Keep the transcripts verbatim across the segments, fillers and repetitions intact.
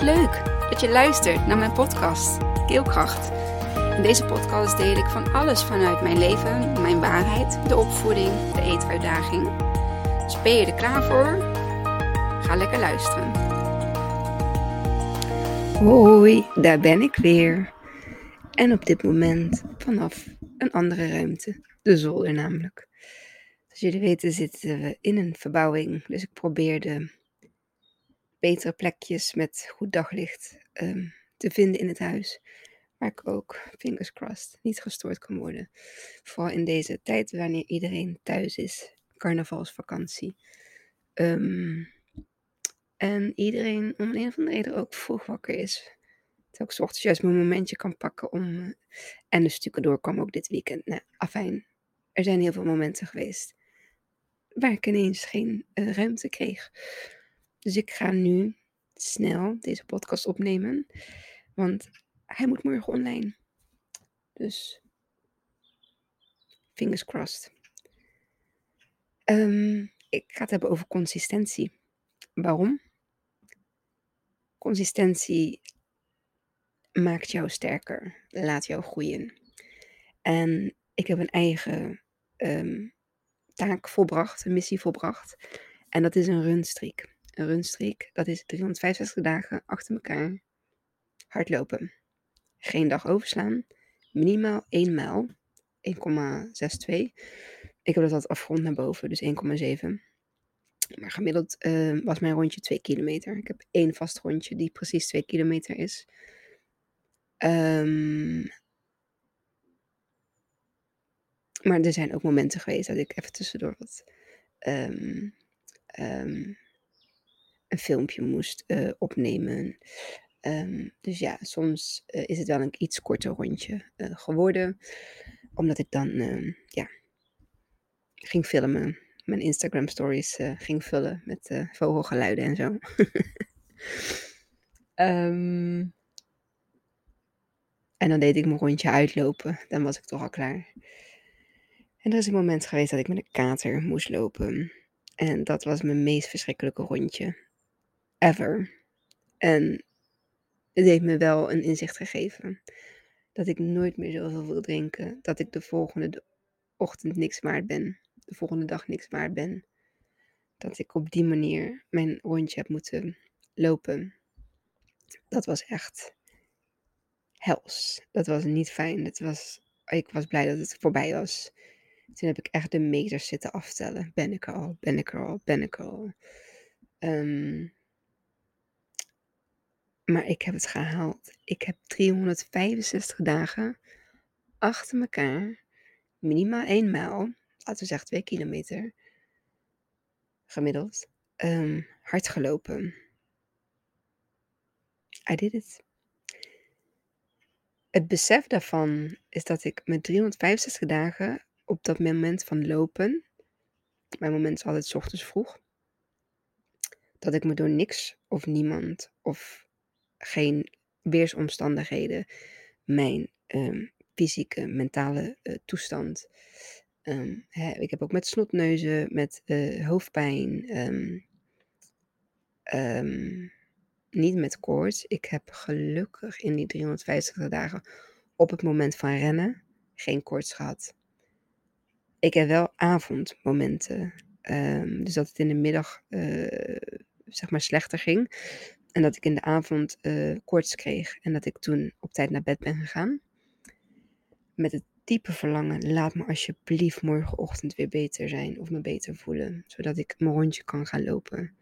Wat leuk dat je luistert naar mijn podcast, Keelkracht. In deze podcast deel ik van alles vanuit mijn leven, mijn waarheid, de opvoeding, de eetuitdaging. Dus ben je er klaar voor? Ga lekker luisteren. Hoi, daar ben ik weer. En op dit moment vanaf een andere ruimte, de zolder namelijk. Zoals jullie weten zitten we in een verbouwing, dus ik probeer de betere plekjes met goed daglicht um, te vinden in het huis. Waar ik ook, fingers crossed, niet gestoord kan worden. Vooral in deze tijd wanneer iedereen thuis is. Carnavalsvakantie. Um, en iedereen om een of andere reden ook vroeg wakker is. Terwijl ik 's ochtends juist mijn momentje kan pakken om... Uh, en de stukken doorkwam ook dit weekend. Nou, afijn. Er zijn heel veel momenten geweest waar ik ineens geen uh, ruimte kreeg. Dus ik ga nu snel deze podcast opnemen. Want hij moet morgen online. Dus fingers crossed. Um, ik ga het hebben over consistentie. Waarom? Consistentie maakt jou sterker. Laat jou groeien. En ik heb een eigen um, taak volbracht. Een missie volbracht. En dat is een runstreak. Een runstreak, dat is driehonderdvijfenzestig dagen achter elkaar hardlopen. Geen dag overslaan. Minimaal één mijl. één komma zwesentwintig. Ik heb dat altijd afgerond naar boven, dus één komma zeven. Maar gemiddeld uh, was mijn rondje twee kilometer. Ik heb één vast rondje die precies twee kilometer is. Um, maar er zijn ook momenten geweest dat ik even tussendoor wat um, um, een filmpje moest uh, opnemen. Um, dus ja, soms uh, is het wel een iets korter rondje uh, geworden. Omdat ik dan uh, ja, ging filmen. Mijn Instagram stories uh, ging vullen met uh, vogelgeluiden en zo. um, en dan deed ik mijn rondje uitlopen. Dan was ik toch al klaar. En er is een moment geweest dat ik met een kater moest lopen. En dat was mijn meest verschrikkelijke rondje ever. En het heeft me wel een inzicht gegeven. Dat ik nooit meer zoveel wil drinken. Dat ik de volgende ochtend niks waard ben. De volgende dag niks waard ben. Dat ik op die manier mijn rondje heb moeten lopen. Dat was echt hels. Dat was niet fijn. Het was, ik was blij dat het voorbij was. Toen heb ik echt de meters zitten aftellen. Ben ik er al, ben ik er al, ben ik er al. Um, maar ik heb het gehaald. Ik heb driehonderdvijfenzestig dagen achter elkaar, minimaal één mijl, laten we zeggen twee kilometer, gemiddeld, um, hard gelopen. I did it. Het besef daarvan is dat ik met driehonderdvijfenzestig dagen op dat moment van lopen, mijn moment is altijd 's ochtends vroeg, dat ik me door niks of niemand of geen weersomstandigheden mijn um, fysieke, mentale uh, toestand. Um, hè, ik heb ook met snotneuzen, met uh, hoofdpijn, um, um, niet met koorts. Ik heb gelukkig in die driehonderdvijfenzestig dagen op het moment van rennen geen koorts gehad. Ik heb wel avondmomenten, um, dus dat het in de middag uh, zeg maar slechter ging. En dat ik in de avond uh, koorts kreeg. En dat ik toen op tijd naar bed ben gegaan. Met het diepe verlangen, laat me alsjeblieft morgenochtend weer beter zijn. Of me beter voelen. Zodat ik mijn rondje kan gaan lopen.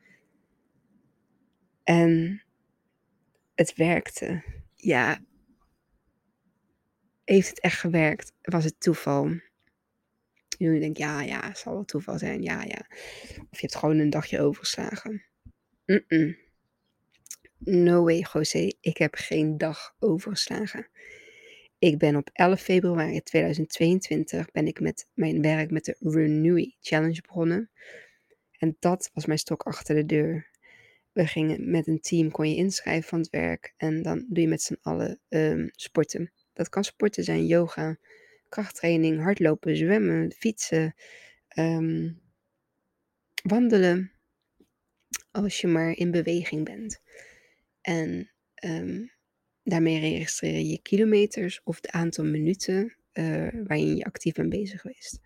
En het werkte. Ja. Heeft het echt gewerkt? Was het toeval? Jullie denken, ja, ja, het zal wel toeval zijn. Ja, ja. Of je hebt gewoon een dagje overgeslagen. Mm-mm. No way, José. Ik heb geen dag overgeslagen. Ik ben op elf februari tweeduizend tweeëntwintig ben ik met mijn werk met de Renewy Challenge begonnen. En dat was mijn stok achter de deur. We gingen met een team, kon je inschrijven van het werk. En dan doe je met z'n allen um, sporten. Dat kan sporten zijn, yoga, krachttraining, hardlopen, zwemmen, fietsen, um, wandelen. Als je maar in beweging bent. En um, daarmee registreer je je kilometers of het aantal minuten uh, waarin je actief bent bezig geweest.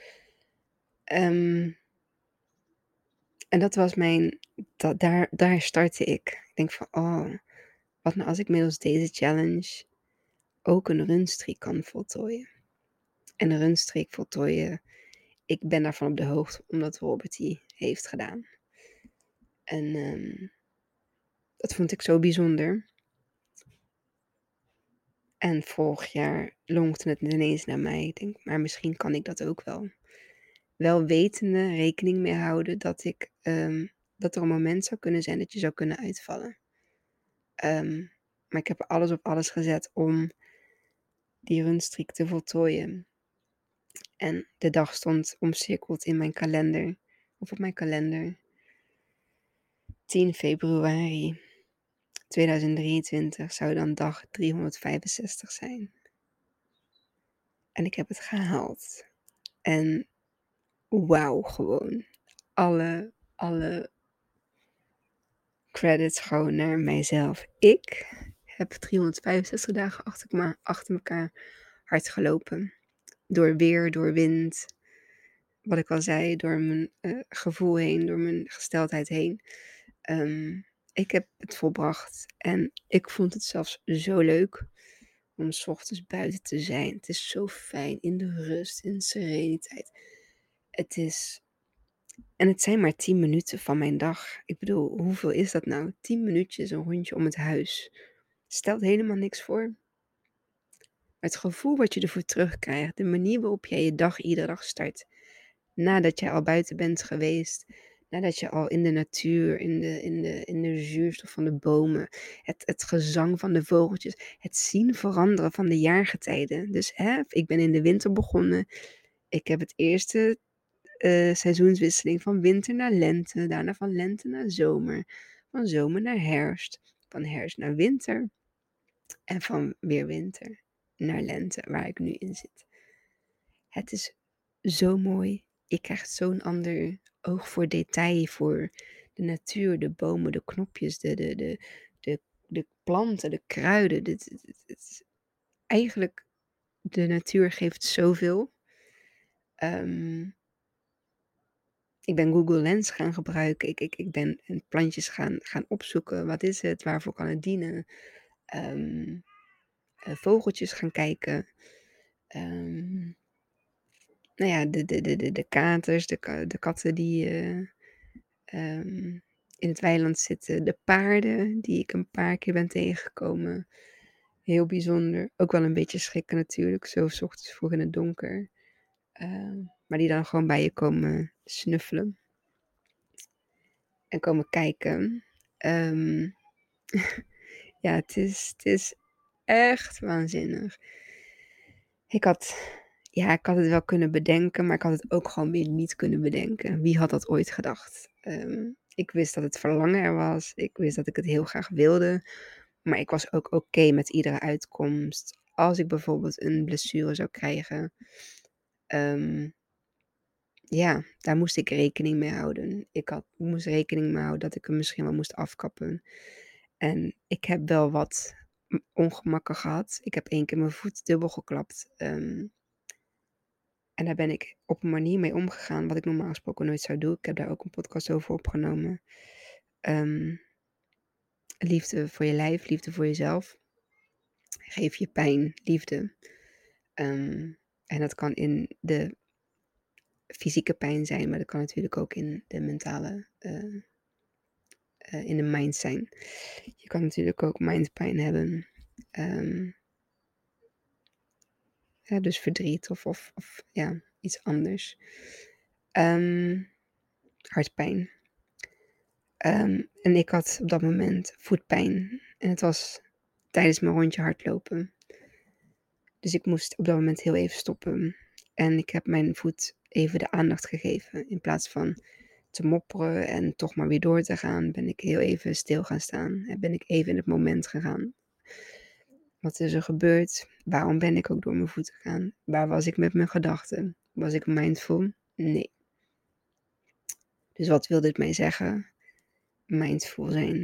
Um, en dat was mijn, dat, daar, daar startte ik. Ik denk van, oh, wat nou als ik middels deze challenge ook een runstreak kan voltooien. En een runstreak voltooien, ik ben daarvan op de hoogte, omdat Robert die heeft gedaan. En um, dat vond ik zo bijzonder. En vorig jaar lonkte het ineens naar mij. Ik denk, maar misschien kan ik dat ook wel. Wel wetende, rekening mee houden dat, ik, um, dat er een moment zou kunnen zijn dat je zou kunnen uitvallen. Um, maar ik heb er alles op alles gezet om die runstreak te voltooien. En de dag stond omcirkeld in mijn kalender, of op mijn kalender. tien februari tweeduizend drieëntwintig zou dan dag driehonderdvijfenzestig zijn. En ik heb het gehaald. En wauw, gewoon. Alle, alle credits gewoon naar mijzelf. Ik heb driehonderdvijfenzestig dagen achter, achter elkaar hard gelopen. Door weer, door wind. Wat ik al zei, door mijn uh, gevoel heen, door mijn gesteldheid heen. Um, ik heb het volbracht. En ik vond het zelfs zo leuk om 's ochtends buiten te zijn. Het is zo fijn in de rust, in de sereniteit. Het is... En het zijn maar tien minuten van mijn dag. Ik bedoel, hoeveel is dat nou? tien minuutjes, een rondje om het huis. Stelt helemaal niks voor. Maar het gevoel wat je ervoor terugkrijgt, de manier waarop jij je dag iedere dag start. Nadat je al buiten bent geweest, nadat je al in de natuur, in de, in de, in de zuurstof van de bomen, het, het gezang van de vogeltjes, het zien veranderen van de jaargetijden. Dus hè, ik ben in de winter begonnen. Ik heb het eerste uh, seizoenswisseling van winter naar lente, daarna van lente naar zomer, van zomer naar herfst, van herfst naar winter en van weer winter naar lente, waar ik nu in zit. Het is zo mooi. Je krijgt zo'n ander oog voor detail, voor de natuur, de bomen, de knopjes, de, de, de, de, de planten, de kruiden. Dit, dit, dit, dit. Eigenlijk, de natuur geeft zoveel. Um, ik ben Google Lens gaan gebruiken. Ik, ik, ik ben plantjes gaan, gaan opzoeken. Wat is het? Waarvoor kan het dienen? Um, uh, vogeltjes gaan kijken. Um, nou ja, de, de, de, de, de katers, de, de katten die uh, um, in het weiland zitten. De paarden die ik een paar keer ben tegengekomen. Heel bijzonder. Ook wel een beetje schrikken natuurlijk. Zo 's ochtends vroeg in het donker. Uh, maar die dan gewoon bij je komen snuffelen. En komen kijken. Um, ja, het is, het is echt waanzinnig. Ik had, ja, ik had het wel kunnen bedenken, maar ik had het ook gewoon weer niet kunnen bedenken. Wie had dat ooit gedacht? Um, ik wist dat het verlangen er was. Ik wist dat ik het heel graag wilde. Maar ik was ook oké okay met iedere uitkomst. Als ik bijvoorbeeld een blessure zou krijgen. Um, ja, daar moest ik rekening mee houden. Ik had, moest rekening mee houden dat ik hem misschien wel moest afkappen. En ik heb wel wat ongemakken gehad. Ik heb één keer mijn voet dubbel geklapt. Um, en daar ben ik op een manier mee omgegaan wat ik normaal gesproken nooit zou doen. Ik heb daar ook een podcast over opgenomen. Um, liefde voor je lijf, liefde voor jezelf. Geef je pijn, liefde. Um, en dat kan in de fysieke pijn zijn, maar dat kan natuurlijk ook in de mentale, uh, uh, in de mind zijn. Je kan natuurlijk ook mindpijn hebben. Um, ja, dus verdriet of, of, of ja, iets anders. Um, hartpijn. Um, en ik had op dat moment voetpijn. En het was tijdens mijn rondje hardlopen. Dus ik moest op dat moment heel even stoppen. En ik heb mijn voet even de aandacht gegeven. In plaats van te mopperen en toch maar weer door te gaan, ben ik heel even stil gaan staan. En ben ik even in het moment gegaan. Wat is er gebeurd? Waarom ben ik ook door mijn voeten gegaan? Waar was ik met mijn gedachten? Was ik mindful? Nee. Dus wat wil dit mij zeggen? Mindful zijn.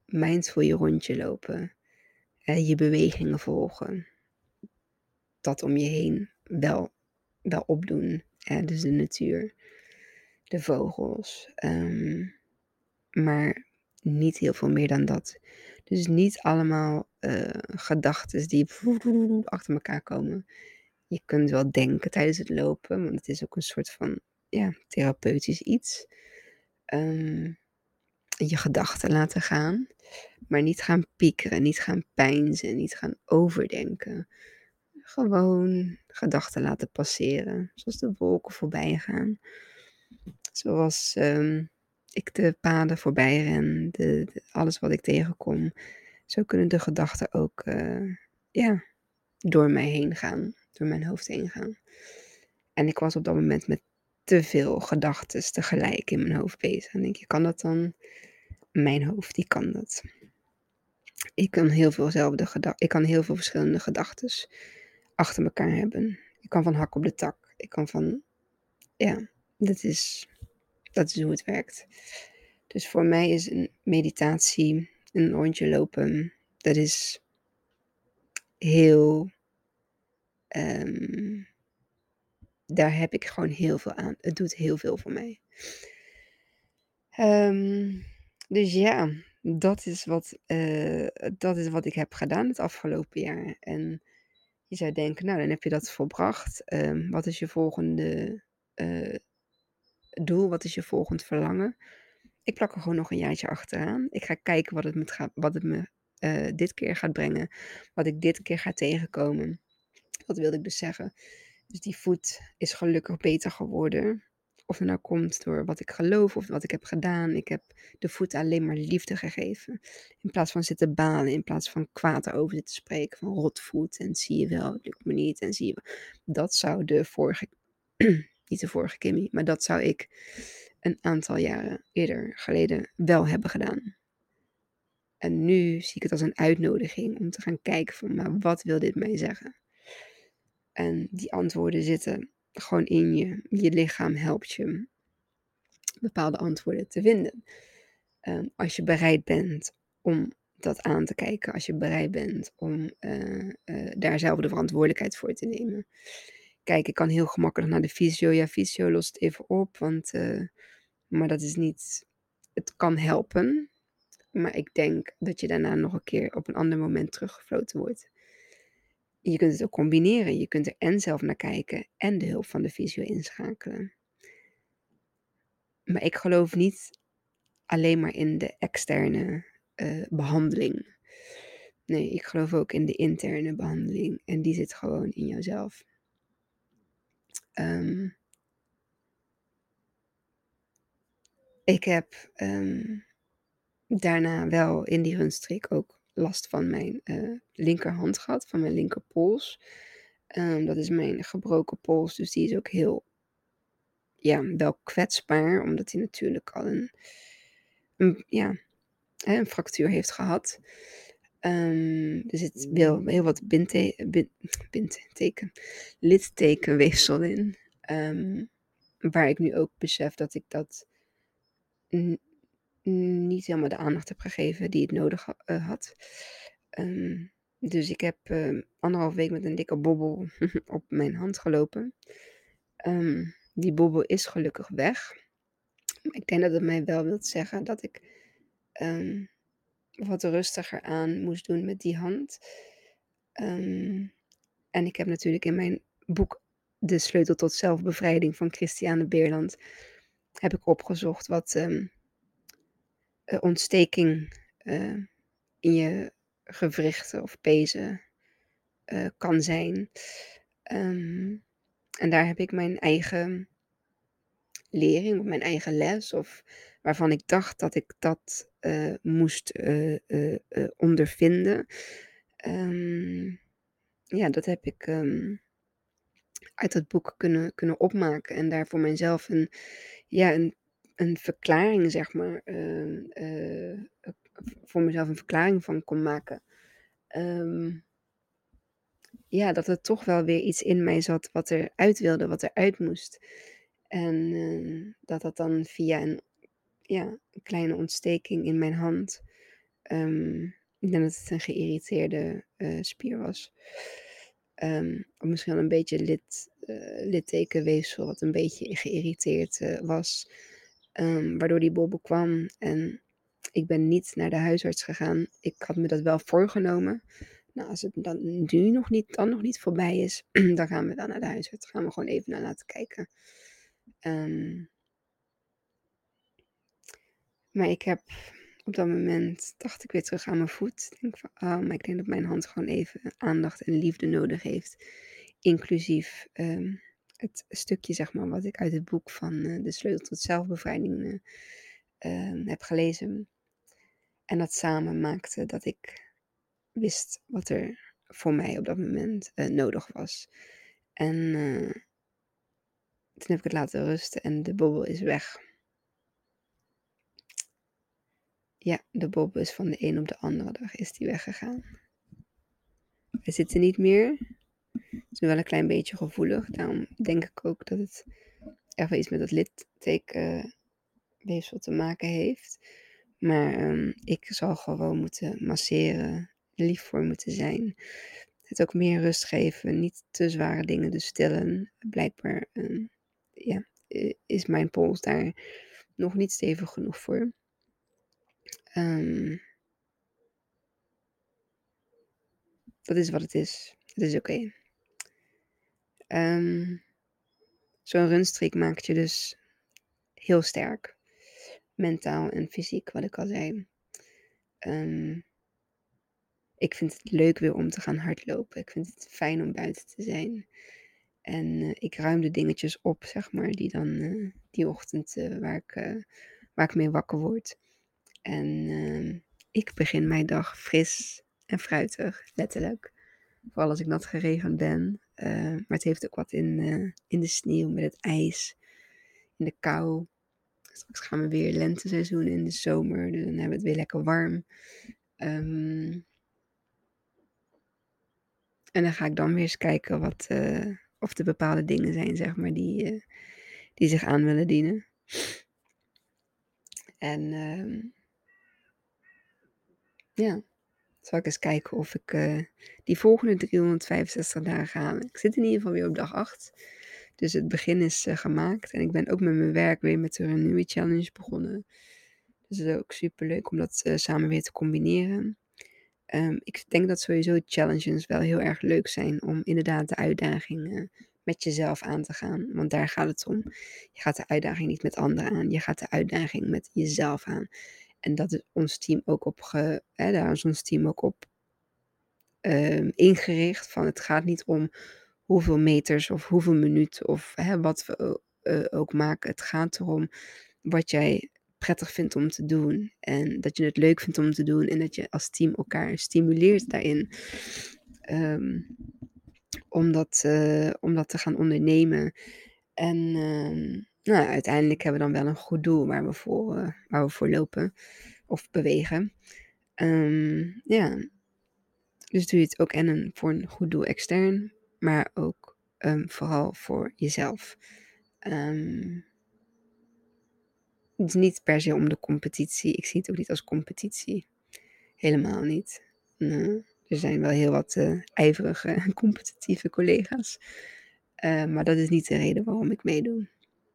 mindful je rondje lopen. Uh, je bewegingen volgen. Dat om je heen wel, wel opdoen. Uh, dus de natuur, de vogels. Um, maar niet heel veel meer dan dat. Dus niet allemaal uh, gedachten die achter elkaar komen. Je kunt wel denken tijdens het lopen, want het is ook een soort van ja, therapeutisch iets. Um, je gedachten laten gaan, maar niet gaan piekeren, niet gaan peinzen, niet gaan overdenken. Gewoon gedachten laten passeren, zoals de wolken voorbij gaan. Zoals um, ik de paden voorbij ren, de, de, alles wat ik tegenkom. Zo kunnen de gedachten ook uh, ja, door mij heen gaan, door mijn hoofd heen gaan. En ik was op dat moment met te veel gedachten tegelijk in mijn hoofd bezig. En denk je, kan dat dan? Mijn hoofd, die kan dat. Ik kan heel veel, zelfde geda- ik kan heel veel verschillende gedachten achter elkaar hebben. Ik kan van hak op de tak. Ik kan van, ja, dat is, dat is hoe het werkt. Dus voor mij is een meditatie, een rondje lopen, dat is heel, um, daar heb ik gewoon heel veel aan. Het doet heel veel voor mij. Um, dus ja, dat is, wat, uh, dat is wat ik heb gedaan het afgelopen jaar. En je zou denken, nou dan heb je dat volbracht. Um, wat is je volgende uh, doel? Wat is je volgend verlangen? Ik plak er gewoon nog een jaartje achteraan. Ik ga kijken wat het me, gaat, wat het me uh, dit keer gaat brengen. Wat ik dit keer ga tegenkomen. Wat wilde ik dus zeggen? Dus die voet is gelukkig beter geworden. Of het nou komt door wat ik geloof of wat ik heb gedaan. Ik heb de voet alleen maar liefde gegeven. In plaats van zitten balen, in plaats van kwaad erover zitten spreken. Van rotvoet en zie je wel, het lukt me niet. En zie je wel. Dat zou de vorige, niet de vorige Kimmy, maar dat zou ik een aantal jaren eerder geleden wel hebben gedaan. En nu zie ik het als een uitnodiging om te gaan kijken van, maar wat wil dit mij zeggen? En die antwoorden zitten gewoon in je. Je lichaam helpt je bepaalde antwoorden te vinden. Um, als je bereid bent om dat aan te kijken. Als je bereid bent om uh, uh, daar zelf de verantwoordelijkheid voor te nemen. Kijk, ik kan heel gemakkelijk naar de fysio. Ja, fysio lost het even op. Want, uh, maar dat is niet... Het kan helpen. Maar ik denk dat je daarna nog een keer op een ander moment teruggefloten wordt. Je kunt het ook combineren. Je kunt er en zelf naar kijken en de hulp van de fysio inschakelen. Maar ik geloof niet alleen maar in de externe uh, behandeling. Nee, ik geloof ook in de interne behandeling. En die zit gewoon in jouzelf. Um, ik heb um, daarna wel in die rundstreek ook last van mijn uh, linkerhand gehad. Van mijn linkerpols. Um, dat is mijn gebroken pols. Dus die is ook heel... Ja, wel kwetsbaar. Omdat hij natuurlijk al een... een ja, een fractuur heeft gehad. Um, er zit wel heel wat bindte- bind, bindteken, littekenweefsel in. Um, waar ik nu ook besef dat ik dat n- niet helemaal de aandacht heb gegeven die het nodig ha- uh, had. Um, dus ik heb uh, anderhalf week met een dikke bobbel op mijn hand gelopen. Um, die bobbel is gelukkig weg. Maar ik denk dat het mij wel wil zeggen dat ik... Um, wat rustiger aan moest doen met die hand. Um, en ik heb natuurlijk in mijn boek De Sleutel tot Zelfbevrijding van Christiane Beerland heb ik opgezocht wat um, ontsteking uh, in je gewrichten of pezen uh, kan zijn. Um, en daar heb ik mijn eigen lering of mijn eigen les of waarvan ik dacht dat ik dat uh, moest uh, uh, uh, ondervinden. Um, ja, dat heb ik um, uit dat boek kunnen, kunnen opmaken en daar voor mijzelf een, ja, een, een verklaring, zeg maar, uh, uh, voor mezelf een verklaring van kon maken. Um, ja, dat er toch wel weer iets in mij zat wat eruit wilde, wat eruit moest. En uh, dat dat dan via een, ja, een kleine ontsteking in mijn hand Um, ik denk dat het een geïrriteerde uh, spier was. Um, of misschien wel een beetje lid, uh, littekenweefsel wat een beetje geïrriteerd uh, was. Um, waardoor die bobbel kwam. En ik ben niet naar de huisarts gegaan. Ik had me dat wel voorgenomen. Nou, als het dan nu nog niet, dan nog niet voorbij is, dan gaan we dan naar de huisarts. Gaan we gewoon even naar laten kijken. Um, maar ik heb op dat moment, dacht ik weer terug aan mijn voet. Ik denk van, oh, maar ik denk dat mijn hand gewoon even aandacht en liefde nodig heeft. Inclusief um, het stukje, zeg maar, wat ik uit het boek van uh, De Sleutel tot Zelfbevrijding uh, uh, heb gelezen. En dat samen maakte dat ik wist wat er voor mij op dat moment uh, nodig was. En uh, toen heb ik het laten rusten en de bobbel is weg. Ja, de bobbel is van de een op de andere dag is die weggegaan. Hij zit er niet meer. Het is nu wel een klein beetje gevoelig. Daarom denk ik ook dat het echt wel iets met dat littekenweefsel te maken heeft. Maar um, ik zal gewoon moeten masseren, lief voor moeten zijn. Het ook meer rust geven, niet te zware dingen dus stellen. Blijkbaar um, ja, is mijn pols daar nog niet stevig genoeg voor. Um, dat is wat het is. Het is oké. Okay. Um, Zo'n runstreek maakt je dus heel sterk. Mentaal en fysiek, wat ik al zei. Um, ik vind het leuk weer om te gaan hardlopen. Ik vind het fijn om buiten te zijn. En uh, ik ruim de dingetjes op, zeg maar, die dan uh, die ochtend uh, waar, ik, uh, waar ik mee wakker word. En uh, ik begin mijn dag fris en fruitig, letterlijk. Vooral als ik nat geregend ben. Uh, maar het heeft ook wat in, uh, in de sneeuw, met het ijs, in de kou. Straks gaan we weer lenteseizoen in de zomer. Dus dan hebben we het weer lekker warm. Um, en dan ga ik dan weer eens kijken wat, uh, of er bepaalde dingen zijn, zeg maar, die, uh, die zich aan willen dienen. En um, ja, zal ik eens kijken of ik uh, die volgende driehonderdvijfenzestig dagen haal. Ik zit in ieder geval weer op dag acht. Dus het begin is uh, gemaakt. En ik ben ook met mijn werk weer met de Renew Challenge begonnen. Dus het is ook super leuk om dat uh, samen weer te combineren. Um, ik denk dat sowieso challenges wel heel erg leuk zijn om inderdaad de uitdaging uh, met jezelf aan te gaan. Want daar gaat het om. Je gaat de uitdaging niet met anderen aan. Je gaat de uitdaging met jezelf aan. En dat is ons team ook op, ge, hè, daar is ons team ook op um, ingericht. Van het gaat niet om hoeveel meters of hoeveel minuten of hè, wat we uh, ook maken. Het gaat erom wat jij prettig vindt om te doen. En dat je het leuk vindt om te doen. En dat je als team elkaar stimuleert daarin. Um, om, dat, uh, om dat te gaan ondernemen. En uh, nou, uiteindelijk hebben we dan wel een goed doel waar we voor, uh, waar we voor lopen. Of bewegen. Um, ja. Dus doe je het ook en een, voor een goed doel extern. Maar ook um, vooral voor jezelf. Um, Het is niet per se om de competitie. Ik zie het ook niet als competitie. Helemaal niet. Nee. Er zijn wel heel wat uh, ijverige, competitieve collega's. Uh, maar dat is niet de reden waarom ik meedoe.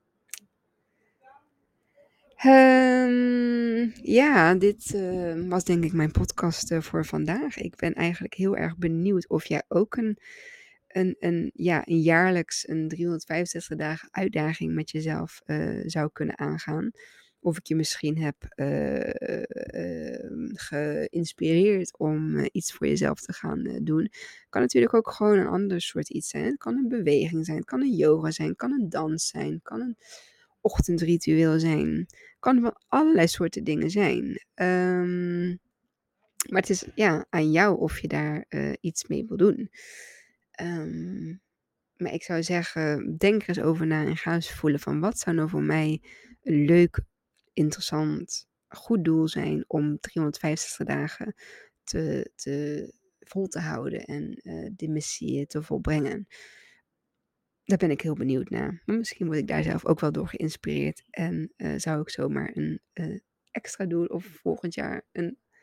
Um, ja, dit uh, was denk ik mijn podcast uh, voor vandaag. Ik ben eigenlijk heel erg benieuwd of jij ook een, een, een, ja, een jaarlijks een driehonderdvijfenzestig dagen uitdaging met jezelf uh, zou kunnen aangaan. Of ik je misschien heb uh, uh, geïnspireerd om uh, iets voor jezelf te gaan uh, doen. Kan natuurlijk ook gewoon een ander soort iets zijn. Het kan een beweging zijn, het kan een yoga zijn, het kan een dans zijn, het kan een ochtendritueel zijn. Kan van allerlei soorten dingen zijn. Um, maar het is ja, aan jou of je daar uh, iets mee wil doen. Um, maar ik zou zeggen, denk er eens over na en ga eens voelen van wat zou nou voor mij een leuk, interessant, goed doel zijn om driehonderdvijfenzestig dagen te, te vol te houden en uh, die missie te volbrengen. Daar ben ik heel benieuwd naar. Maar misschien word ik daar zelf ook wel door geïnspireerd. En uh, zou ik zomaar een uh, extra doel of volgend jaar een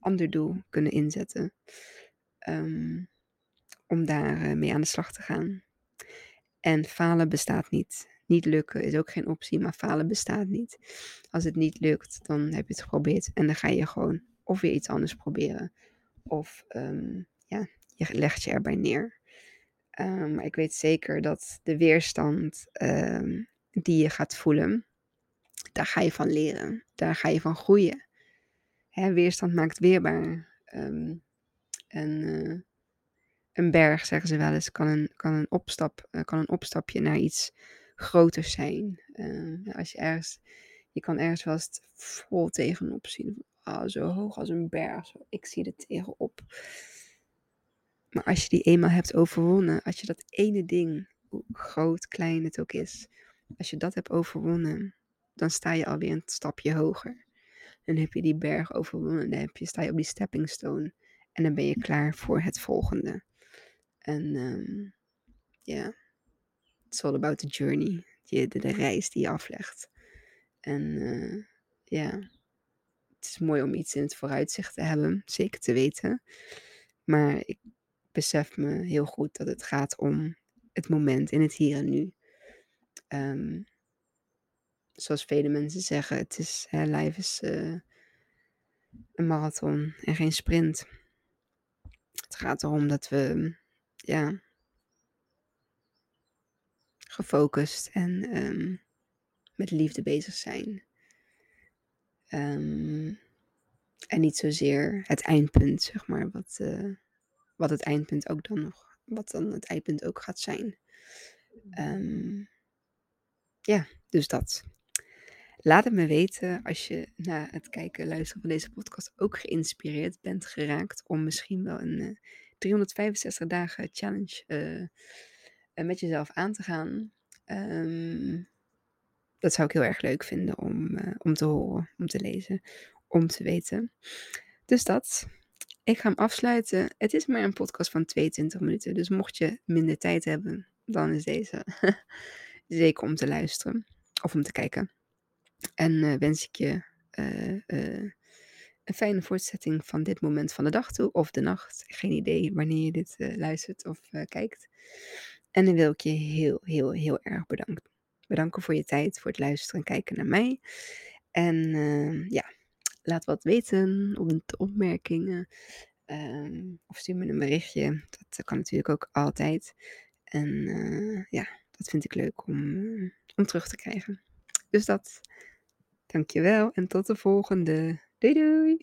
ander doel kunnen inzetten. Um, om daar uh, mee aan de slag te gaan. En falen bestaat niet. Niet lukken is ook geen optie, maar falen bestaat niet. Als het niet lukt, dan heb je het geprobeerd. En dan ga je gewoon of weer iets anders proberen. Of um, ja, je legt je erbij neer. Um, maar ik weet zeker dat de weerstand um, die je gaat voelen, daar ga je van leren. Daar ga je van groeien. Hè, weerstand maakt weerbaar. Um, en uh, een berg, zeggen ze wel eens, kan een, kan een, opstap, uh, kan een opstapje naar iets groters zijn. Uh, als je ergens, je kan ergens wel eens vol tegenop zien. Oh, zo hoog als een berg. Zo, ik zie er tegenop. Maar als je die eenmaal hebt overwonnen, als je dat ene ding, hoe groot, klein het ook is, als je dat hebt overwonnen, dan sta je alweer een stapje hoger. Dan heb je die berg overwonnen, dan heb je, sta je op die stepping stone. En dan ben je klaar voor het volgende. En um, ja, yeah, it's all about the journey. De, de, de reis die je aflegt. En uh, ja, yeah, het is mooi om iets in het vooruitzicht te hebben, zeker te weten. Maar ik besef me heel goed dat het gaat om het moment in het hier en nu. Um, zoals vele mensen zeggen, het is, hè, life is uh, een marathon en geen sprint. Het gaat erom dat we, ja, gefocust en um, met liefde bezig zijn. Um, en niet zozeer het eindpunt, zeg maar, wat, uh, wat het eindpunt ook dan nog, wat dan het eindpunt ook gaat zijn. Um, ja, dus dat. Laat het me weten als je na het kijken en luisteren van deze podcast ook geïnspireerd bent geraakt om misschien wel een uh, driehonderdvijfenzestig dagen challenge uh, uh, met jezelf aan te gaan. Um, dat zou ik heel erg leuk vinden om, uh, om te horen, om te lezen, om te weten. Dus dat. Ik ga hem afsluiten. Het is maar een podcast van tweeëntwintig minuten. Dus mocht je minder tijd hebben, dan is deze zeker om te luisteren of om te kijken. En uh, wens ik je uh, uh, een fijne voortzetting van dit moment van de dag toe. Of de nacht. Geen idee wanneer je dit uh, luistert of uh, kijkt. En dan wil ik je heel, heel, heel erg bedanken. Bedanken voor je tijd, voor het luisteren en kijken naar mij. En uh, ja, laat wat weten op de opmerkingen. Um, of stuur me een berichtje. Dat kan natuurlijk ook altijd. En uh, ja, dat vind ik leuk om, uh, om terug te krijgen. Dus dat. Dankjewel en tot de volgende. Doei doei.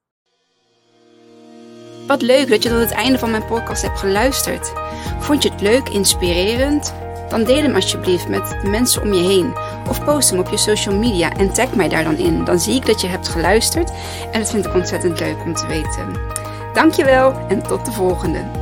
Wat leuk dat je tot het einde van mijn podcast hebt geluisterd. Vond je het leuk, inspirerend? Dan deel hem alsjeblieft met de mensen om je heen. Of post hem op je social media en tag mij daar dan in. Dan zie ik dat je hebt geluisterd en dat vind ik ontzettend leuk om te weten. Dankjewel en tot de volgende.